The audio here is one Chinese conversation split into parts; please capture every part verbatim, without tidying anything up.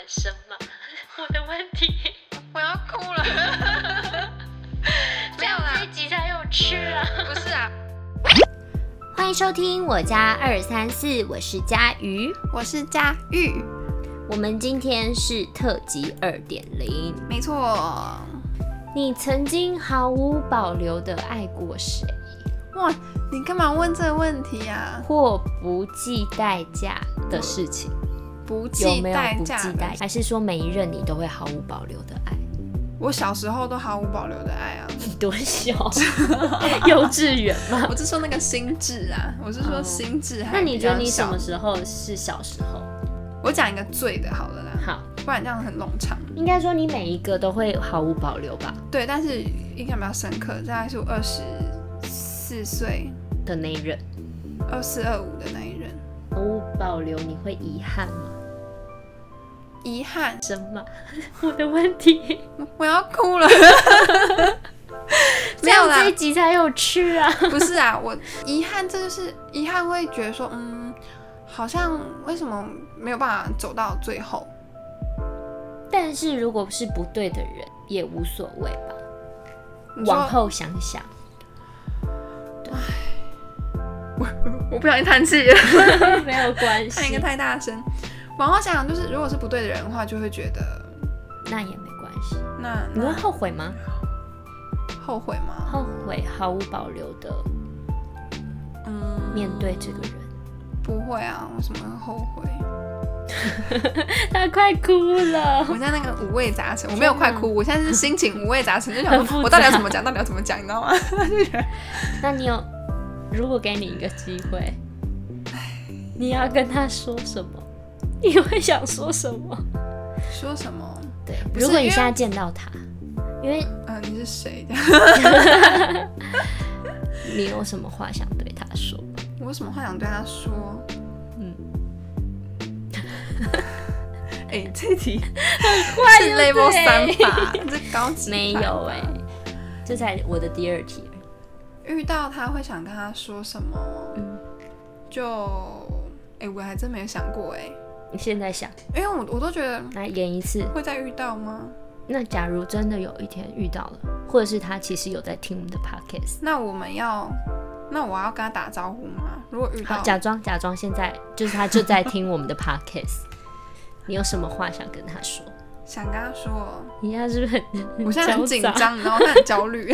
生吗？我的问题， 我要哭了。 没有啦，这一集才有趣啊！ 不是啊。 欢迎收听我家二三四，我是佳瑜， 我是佳玉。 我们今天是特辑二点零， 没错。 你曾经毫无保留的爱过谁？ 哇，你干嘛问这个问题啊？ 或不计代价的事情， 不计有没有不代价计代价？还是说每一任你都会毫无保留的爱？ 我小时候都毫无保留的爱啊。 你多小？幼稚园吗？ 我是说那个心智啊，我是说心智还比较小。 那你觉得你什么时候是小时候？ 我讲一个最的好了啦。 好， 不然这样很冗长。 应该说你每一个都会毫无保留吧？ 对，但是印象比较深刻，大概是我二十四岁的那一任， 二四二五的那一任。 毫无保留，你会遗憾吗？ 遗憾什么？我的问题， 我要哭了。 没有啦，这一集才有趣啊！ 不是啊，我遗憾，这就是遗憾，会觉得说，嗯，好像为什么没有办法走到最后？ 但是如果是不对的人，也无所谓吧。往后想想，对， 我我不小心叹气了， 没有关系， 叹一个太大声。往后想想，就是如果是不对的人的话，就会觉得那也没关系。 那你会后悔吗？ 后悔吗？ 后悔，毫无保留的，嗯，面对这个人。 不会啊，为什么会后悔？ 他快哭了。 我现在那个五味杂陈，我没有快哭，我现在是心情五味杂陈，就想说我到底要怎么讲，到底要怎么讲，你知道吗？ 那你有，如果给你一个机会，你要跟他说什么？你会想说什么？ 说什么？ 对，如果你现在见到他，因为呃，你是谁？ 你有什么话想对他说？ 我有什么话想对他说？嗯，哎、欸，这题是 level 三吧？这高级没有哎、欸，这才我的第二题。 遇到他会想跟他说什么？嗯，就哎、欸，我还真没有想过哎、欸。 你现在想？ 因为我我都觉得来演一次， 会再遇到吗？ 那假如真的有一天遇到了，或者是他其实有在听我们的 podcast， 那我们要，那我要跟他打招呼吗？如果遇到， 好，假装假装现在就是他就在听我们的 podcast， 你有什么话想跟他说？ 想跟他说， 你现在是不是很？ 我现在很紧张，然后他很焦虑。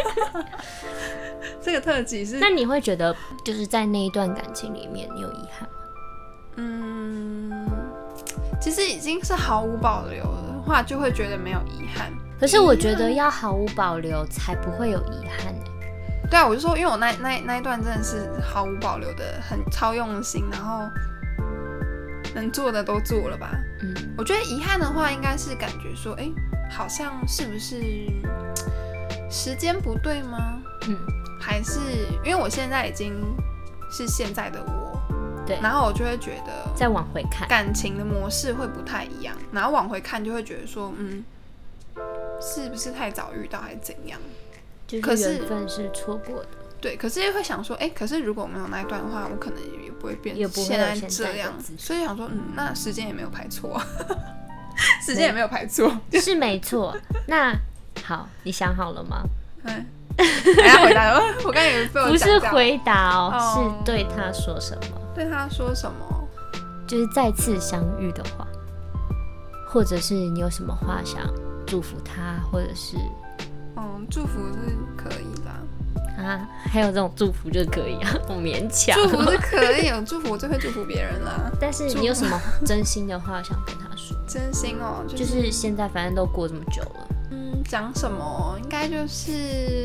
这个特辑是， 那你会觉得就是在那一段感情里面，你有遗憾吗？ 嗯，其实已经是毫无保留的话，就会觉得没有遗憾。 可是我觉得要毫无保留，才不会有遗憾欸。 对啊，我就说，因为我那那那一段真的是毫无保留的，很超用心，然后能做的都做了吧。嗯，我觉得遗憾的话，应该是感觉说，哎，好像是不是时间不对吗？嗯，还是因为我现在已经是现在的我。 对， 然后我就会觉得再往回看， 感情的模式会不太一样，然后往回看就会觉得说，嗯，是不是太早遇到还是怎样？ 就是缘分是错过的。 对，可是会想说，哎，可是如果没有那一段的话，我可能也不会变现在这样，所以想说，嗯，那时间也没有排错，时间也没有排错， 是没错。那好，你想好了吗？ 嗯。还要回答？我刚才以为被我讲掉。 不是回答哦， oh, 是对他说什么？ 对他说什么？ 就是再次相遇的话，或者是你有什么话想祝福他，或者是…… 嗯，祝福是可以啦。 啊，还有这种祝福就可以啊，我勉强。 祝福是可以，有祝福我最会祝福别人啦。 但是你有什么真心的话想跟他说？ 真心哦， 就是、就是现在反正都过这么久了。 嗯，讲什么？应该就是，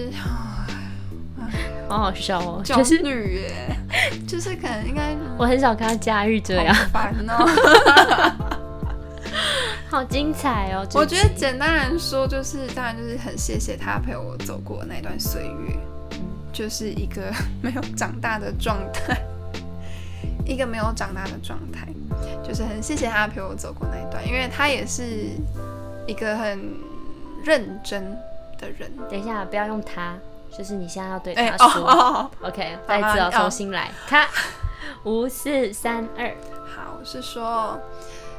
好好笑哦， 焦虑耶，就是、就是可能应该， 我很少看到佳玉这样， 好烦哦， 好精彩哦！ 我觉得简单来说，就是当然就是很谢谢他陪我走过那段岁月，就是一个没有长大的状态，一个没有长大的状态，就是很谢谢他陪我走过那一段，因为他也是一个很认真的人。 等一下，不要用他，就是你现在要对他说。 欸哦哦、 OK， 再一次要重新来，看，五四三二。 好，我是说，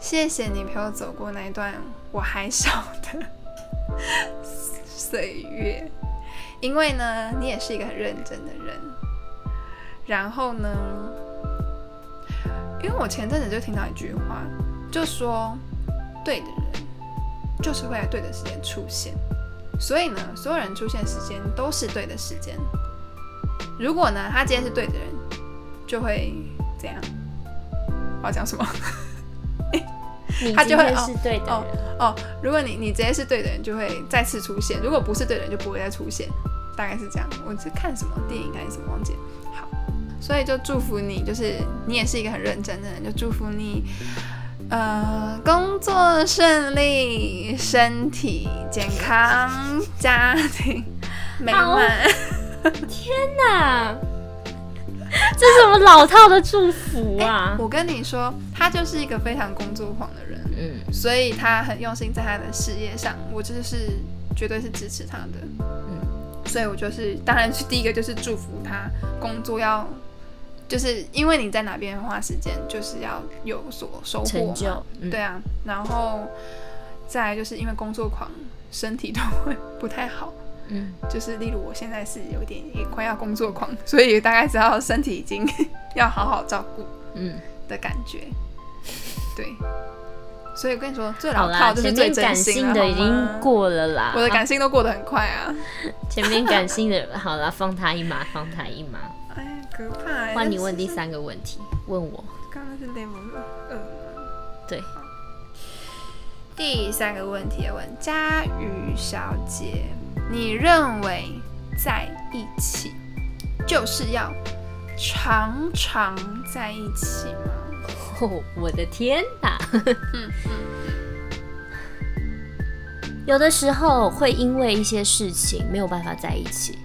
谢谢你陪我走过那一段我还小的岁月，因为呢，你也是一个很认真的人。然后呢，因为我前阵子就听到一句话，就说对的人就是会在对的时间出现，所以呢，所有人出现时间都是对的时间。如果呢，他今天是对的人，就会怎样？我要讲什么？ 你今天是对的人哦, 哦, 哦，如果你你直接是对的人，就会再次出现；如果不是对的人，就不会再出现。大概是这样。我是看什么电影还是什么忘记了。好，所以就祝福你，就是你也是一个很认真的人，就祝福你，呃，工作顺利，身体健康，家庭美满。 天哪！这是什么老套的祝福啊、 欸！我跟你说，他就是一个非常工作狂的人，嗯，所以他很用心在他的事业上，我就是绝对是支持他的，嗯，所以我就是当然是第一个就是祝福他工作要，就是因为你在哪边花时间，就是要有所收获成就、 嗯，对啊，然后再来就是因为工作狂，身体都会不太好。嗯，就是例如我现在是有点也快要工作狂，所以大概知道身体已经要好好照顾，嗯的感觉，对，所以我跟你说最老套就是最真心了， 前面感性的已经过了啦， 我的感性都过得很快啊， 前面感性的好了，放他一马，放他一马， 哎，可怕、欸！ 换你问第三个问题，问我， 刚刚是 level 二吗？ 对。 第三个问题问佳瑜小姐，你认为在一起就是要常常在一起吗？ 哦，我的天哪！ 嗯嗯，有的时候会因为一些事情没有办法在一起，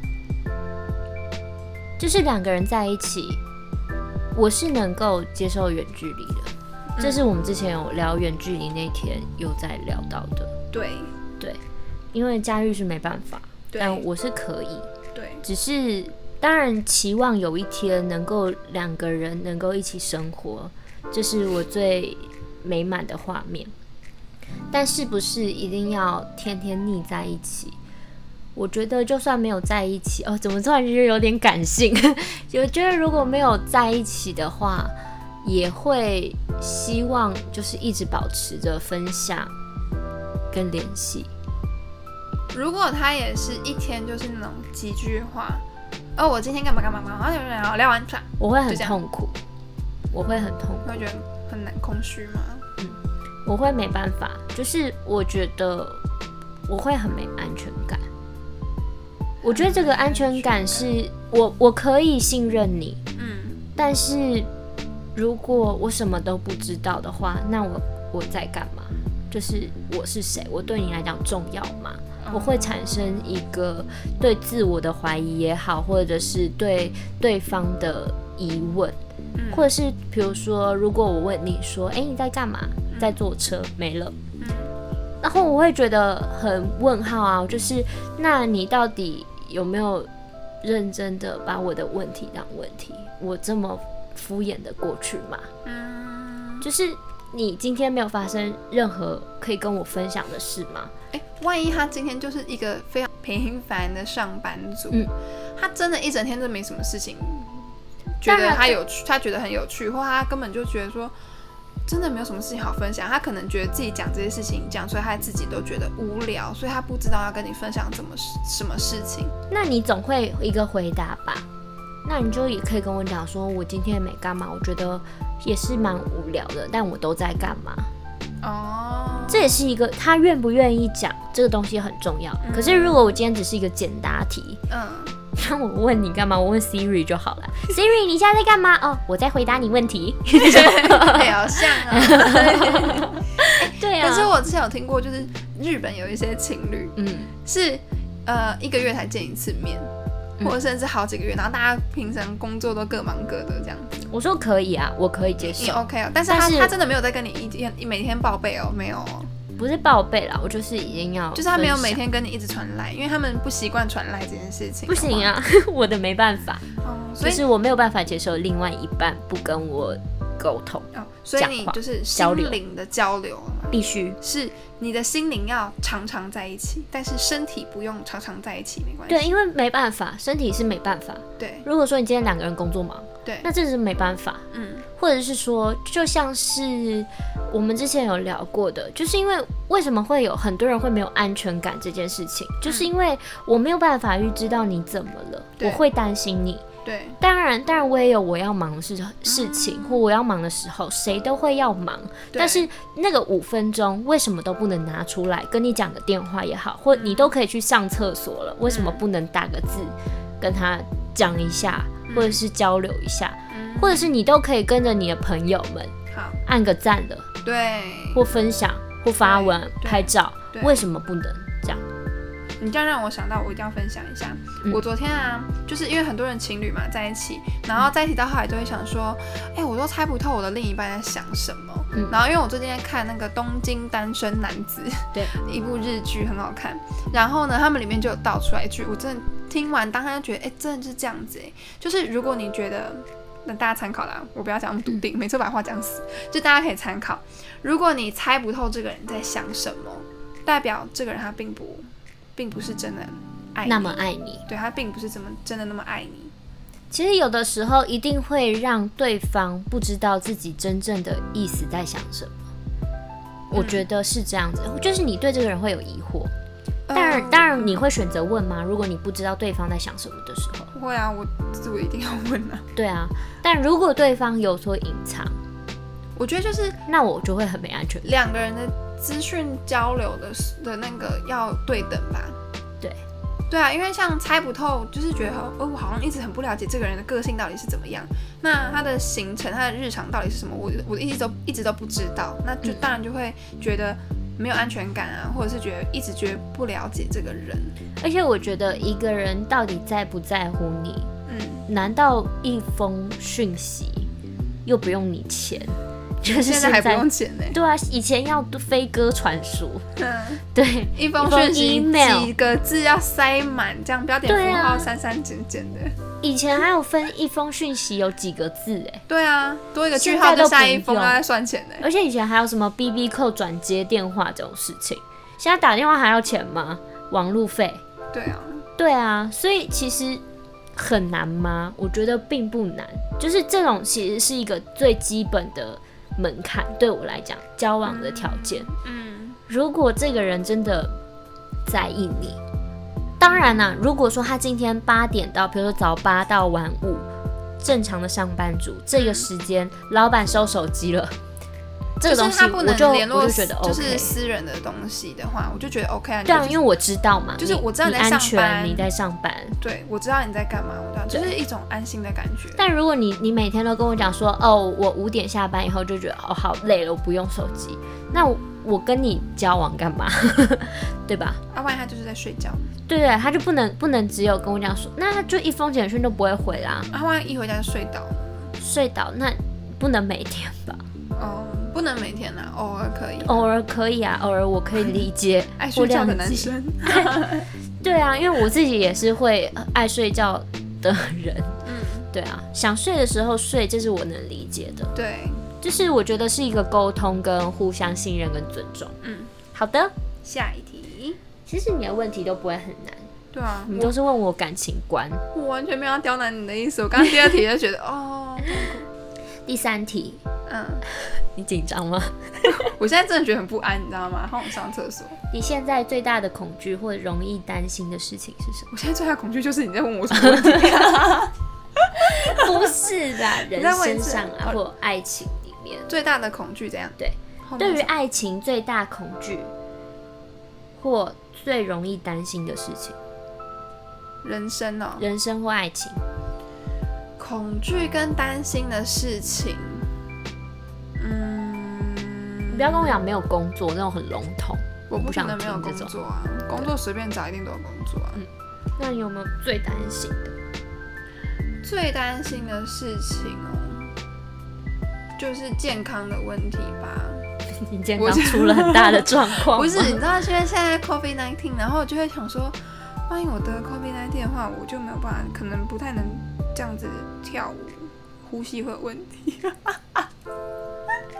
就是两个人在一起，我是能够接受远距离的。这是我们之前有聊远距离那天有在聊到的， 对对，因为佳玉是没办法，但我是可以， 对， 只是当然期望有一天能够两个人能够一起生活，这是我最美满的画面。但是不是一定要天天腻在一起？我觉得就算没有在一起，哦，怎么突然觉得有点感性？我觉得如果没有在一起的话，也会希望就是一直保持着分享跟联系。 如果他也是一天就是那种几句话，哦，我今天干嘛干嘛干嘛，然后聊完， 我会很痛苦，我会很痛苦， 会觉得很难空虚吗？ 嗯，我会没办法，就是我觉得我会很没安全感。我觉得这个安全感是我我可以信任你，嗯，但是如果我什么都不知道的话，那我我在干嘛？就是我是谁？我对你来讲重要吗？我会产生一个对自我的怀疑也好，或者是对对方的疑问，嗯、或者是比如说，如果我问你说：“哎，你在干嘛？在坐车没了。嗯”然后我会觉得很问号啊，就是那你到底有没有认真的把我的问题当问题？我这么敷衍的过去嘛？嗯，就是你今天没有发生任何可以跟我分享的事吗？ 哎，万一他今天就是一个非常平凡的上班族，嗯，他真的一整天都没什么事情，觉得他有趣，他觉得很有趣，或他根本就觉得说真的没有什么事情好分享，他可能觉得自己讲这些事情讲出来，他自己都觉得无聊，所以他不知道要跟你分享怎么什么事情。 那你总会一个回答吧？那你就也可以跟我讲说，我今天也没干嘛，我觉得也是蛮无聊的，但我都在干嘛？哦，这也是一个他愿不愿意讲这个东西很重要。嗯、可是如果我今天只是一个简答题，嗯，那我问你干嘛？我问 Siri 就好了。Siri， 你现在在干嘛？哦，我在回答你问题。 对，好像啊。 对啊。 可是我之前有听过，就是日本有一些情侣，嗯，是呃一个月才见一次面。或者甚至好几个月，然后大家平常工作都各忙各的这样子。 我说可以啊，我可以接受。 你 OK 哦，但是他但是他真的没有在跟你一天每天报备哦，没有哦。 不是报备啦，我就是已经要， 就是他没有每天跟你一直传赖，因为他们不习惯传赖这件事情。 不行啊，我的没办法，哦、所以就是我没有办法接受另外一半不跟我沟通。 哦， 所以你就是心灵的交流必须是你的心灵要常常在一起，但是身体不用常常在一起，没关系。 对，因为没办法，身体是没办法。 对， 如果说你今天两个人工作忙， 对， 那这是没办法。嗯，或者是说，就像是我们之前有聊过的，就是因为为什么会有很多人会没有安全感这件事情，嗯、就是因为我没有办法预知到你怎么了，我会担心你。 对， 当然，当然我也有我要忙的事事情，嗯、或我要忙的时候，谁都会要忙。但是那个五分钟为什么都不能拿出来跟你讲个电话也好，或你都可以去上厕所了，为什么不能打个字跟他讲一下，或者是交流一下，嗯、或者是你都可以跟着你的朋友们按个赞的， 对， 或分享或发文拍照，为什么不能这样？ 你这样让我想到，我一定要分享一下。嗯、我昨天啊，就是因为很多人情侣嘛在一起，然后在一起到后来就会想说，哎、欸，我都猜不透我的另一半在想什么。嗯、然后因为我最近在看那个《东京单身男子》，对，一部日剧很好看。然后呢，他们里面就有道出来一句，我真的听完当下就觉得，哎、欸，真的就是这样子哎、欸，就是如果你觉得，那大家参考啦，我不要讲那么笃定，每次把话讲死，就大家可以参考。如果你猜不透这个人在想什么，代表这个人他并不。并不是真的爱你那么爱你， 对，他并不是怎么真的那么爱你。 其实有的时候一定会让对方不知道自己真正的意思在想什么，嗯、我觉得是这样子，就是你对这个人会有疑惑，当然、呃、当然你会选择问吗？如果你不知道对方在想什么的时候， 不会啊，我这我一定要问啊。 对啊，但如果对方有所隐藏， 我觉得就是那我就会很没安全感。 两个人的资讯交流的的那个要对等吧。 对， 对啊，因为像猜不透，就是觉得哦，我好像一直很不了解这个人的个性到底是怎么样，那他的行程、他的日常到底是什么，我我一直都一直都不知道，那就当然就会觉得没有安全感啊，或者是觉得一直觉得不了解这个人。 而且我觉得一个人到底在不在乎你，嗯，难道一封讯息又不用你钱？就是现在还不用钱呢、欸。 对啊，以前要飞鸽传书，嗯，对， 一封讯息几个字要塞满，这样标点符号删删减减的。 以前还有分一封讯息有几个字哎、欸。 对啊，多一个句号就下一封要再算钱呢、欸。 而且以前还有什么 B B 扣转接电话这种事情，现在打电话还要钱吗？网路费。 对啊， 对啊，所以其实很难吗？我觉得并不难，就是这种其实是一个最基本的门槛，对我来讲，交往的条件。嗯，嗯如果这个人真的在意你，当然啦、啊，如果说他今天八点到，比如说早八到晚五，正常的上班族，这个时间、嗯、老板收手机了，这个东西我就联络就是私人的东西的话，我就觉得 OK 啊。 对啊，因为我知道嘛， 就是我知道你在上班， 你安全，你在上班， 对，我知道你在干嘛，我知道，就是一种安心的感觉。 但如果你你每天都跟我讲说，哦，我五点下班以后就觉得哦好累了，我不用手机，那我我跟你交往干嘛？对吧？ 啊，万一他就是在睡觉。 对对，他就不能不能只有跟我讲说，那他就一封简讯都不会回啦。 啊，万一一回家就睡倒了， 睡倒那不能每天吧？ 哦。不能每天啊，偶尔可以、啊， 偶尔可以啊，偶尔我可以理解。 爱睡觉的男生， 对啊，因为我自己也是会爱睡觉的人，嗯，对啊，想睡的时候睡，这是我能理解的。 对， 就是我觉得是一个沟通跟互相信任跟尊重。嗯，好的， 下一题。 其实你的问题都不会很难。 对啊， 你都是问我感情观， 我完全没有要刁难你的意思。我刚刚第二题就觉得哦，痛苦。 第三题，嗯，你紧张吗？ 我现在真的觉得很不安，你知道吗？好想上厕所。 你现在最大的恐惧或者容易担心的事情是什么？ 我现在最大的恐惧就是你在问我什么问题、啊？ 不是啦，人身上啊，或爱情里面最大的恐惧怎样？ 对，对于爱情最大恐惧或最容易担心的事情， 人生哦， 人生或爱情。 恐惧跟担心的事情，嗯， 你不要跟我讲没有工作那种很笼统， 我不想没有工作啊，工作随便找一定都有工作啊。嗯， 那你有没有最担心的？ 最担心的事情哦，就是健康的问题吧。 你健康出了很大的状况。 不是，你知道，因为现在 COVID 十九，然后我就会想说，万一我得 COVID 十九的话，我就没有办法，可能不太能这样子跳舞，呼吸会有问题。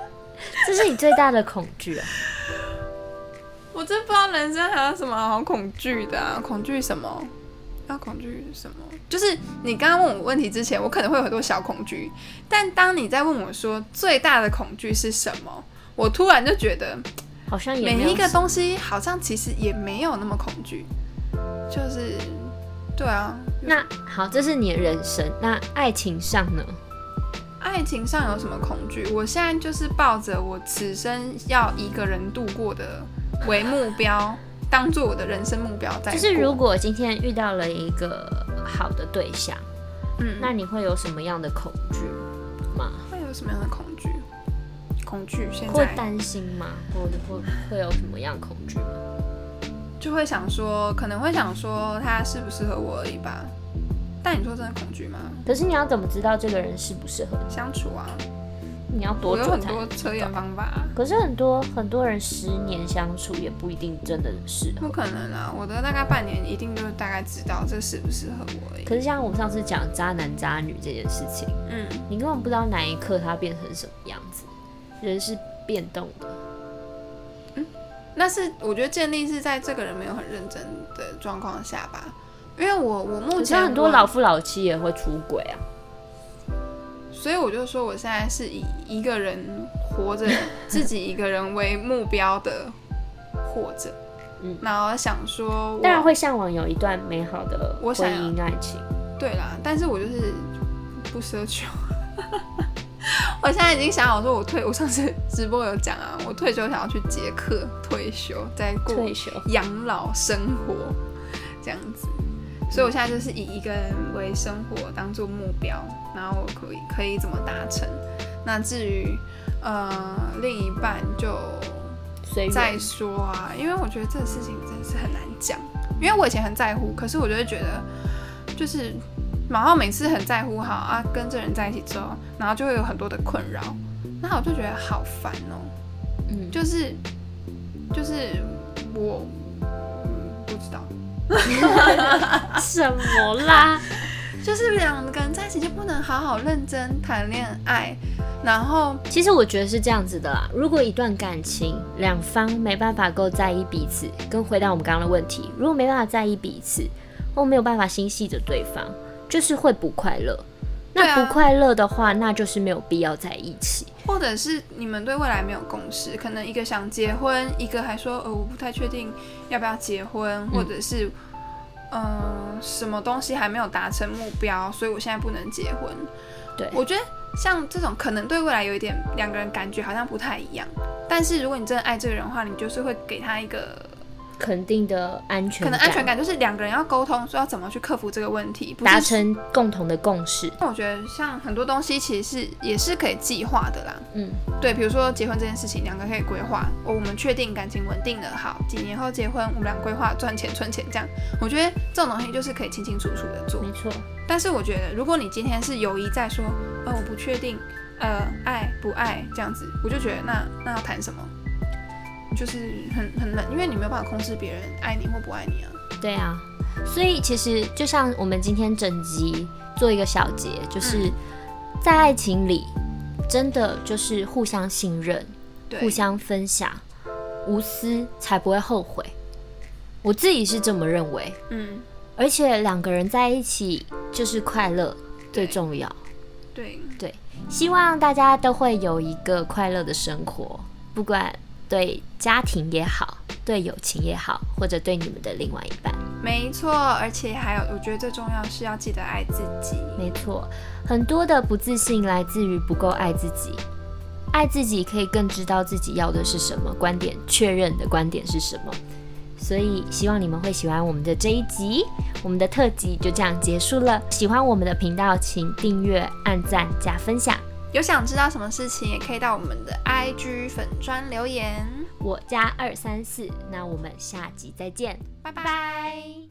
这是你最大的恐惧啊！ 我真不知道人生还有什么好恐惧的啊！恐惧什么？要恐惧什么？就是你刚刚问我问题之前，我可能会有很多小恐惧，但当你在问我说最大的恐惧是什么，我突然就觉得， 好像也没有每一个东西好像其实也没有那么恐惧，就是对啊。 那好，这是你的人生。那爱情上呢？ 爱情上有什么恐惧？我现在就是抱着我此生要一个人度过的为目标，当做我的人生目标在过。 就是如果今天遇到了一个好的对象，嗯，那你会有什么样的恐惧吗？ 会有什么样的恐惧？恐惧现在会担心吗？或者会会有什么样的恐惧吗？ 就会想说，可能会想说他适不适合我而已吧。但你说真的恐惧吗？ 可是你要怎么知道这个人适不适合你相处啊？ 你要多久才？ 我有很多测验方法、啊。 可是很多很多人十年相处也不一定真的适合。 不可能啊！我的大概半年一定就大概知道这适不适合我而已。 可是像我们上次讲渣男渣女这件事情，嗯，你根本不知道哪一刻他变成什么样子，人是变动的。 嗯，那是我觉得建立是在这个人没有很认真的状况下吧。因为我我目前很多老夫老妻也会出轨啊， 所以我就说我现在是以一个人活着，自己一个人为目标的活着，嗯，然后想说， 当然会向往有一段美好的婚姻爱情， 对啦，但是我就是不奢求。我现在已经想好说，我退，我上次直播有讲啊，我退休想要去捷克退休，再过养老生活这样子。所以我现在就是以一个人为生活当做目标，然后我可以可以怎么达成。那至于呃另一半就再说啊，因为我觉得这个事情真的是很难讲。因为我以前很在乎，可是我就会觉得就是然后每次很在乎好啊，跟这人在一起之后，然后就会有很多的困扰，那我就觉得好烦哦。嗯，就是就是我、嗯、不知道。 什么啦？ 就是两个人在一起就不能好好认真谈恋爱，然后其实我觉得是这样子的啦。如果一段感情两方没办法够在意彼此，跟回到我们刚刚的问题，如果没办法在意彼此，或没有办法心系着对方，就是会不快乐。那不快乐的话，那就是没有必要在一起。 或者是你们对未来没有共识，可能一个想结婚，一个还说呃我不太确定要不要结婚，或者是嗯、呃、什么东西还没有达成目标，所以我现在不能结婚。 对， 我觉得像这种可能对未来有一点两个人感觉好像不太一样，但是如果你真的爱这个人的话，你就是会给他一个肯定的安全感， 可能安全感就是两个人要沟通，说要怎么去克服这个问题， 达成共同的共识。 那我觉得像很多东西其实是也是可以计划的啦。嗯，对，比如说结婚这件事情，两个可以规划、哦，我们确定感情稳定了，好，几年后结婚，我们俩规划赚钱存钱这样。我觉得这种东西就是可以清清楚楚的做。 没错。 但是我觉得，如果你今天是友谊在说，呃，我不确定，呃，爱不爱这样子，我就觉得那那要谈什么？就是很很冷，因为你没有办法控制别人爱你或不爱你啊。 对啊，所以其实就像我们今天整集做一个小结，就是在爱情里，真的就是互相信任，互相分享，无私才不会后悔。我自己是这么认为。嗯，而且两个人在一起就是快乐最重要。 对对，希望大家都会有一个快乐的生活，不管对家庭也好，对友情也好，或者对你们的另外一半。 没错，而且还有，我觉得最重要是要记得爱自己。 没错，很多的不自信来自于不够爱自己。爱自己可以更知道自己要的是什么，观点确认的观点是什么。所以希望你们会喜欢我们的这一集，我们的特辑就这样结束了。喜欢我们的频道，请订阅、按赞、加分享。 有想知道什么事情，也可以到我们的 I G 粉专留言。 我加二三四，那我们下集再见， 拜拜。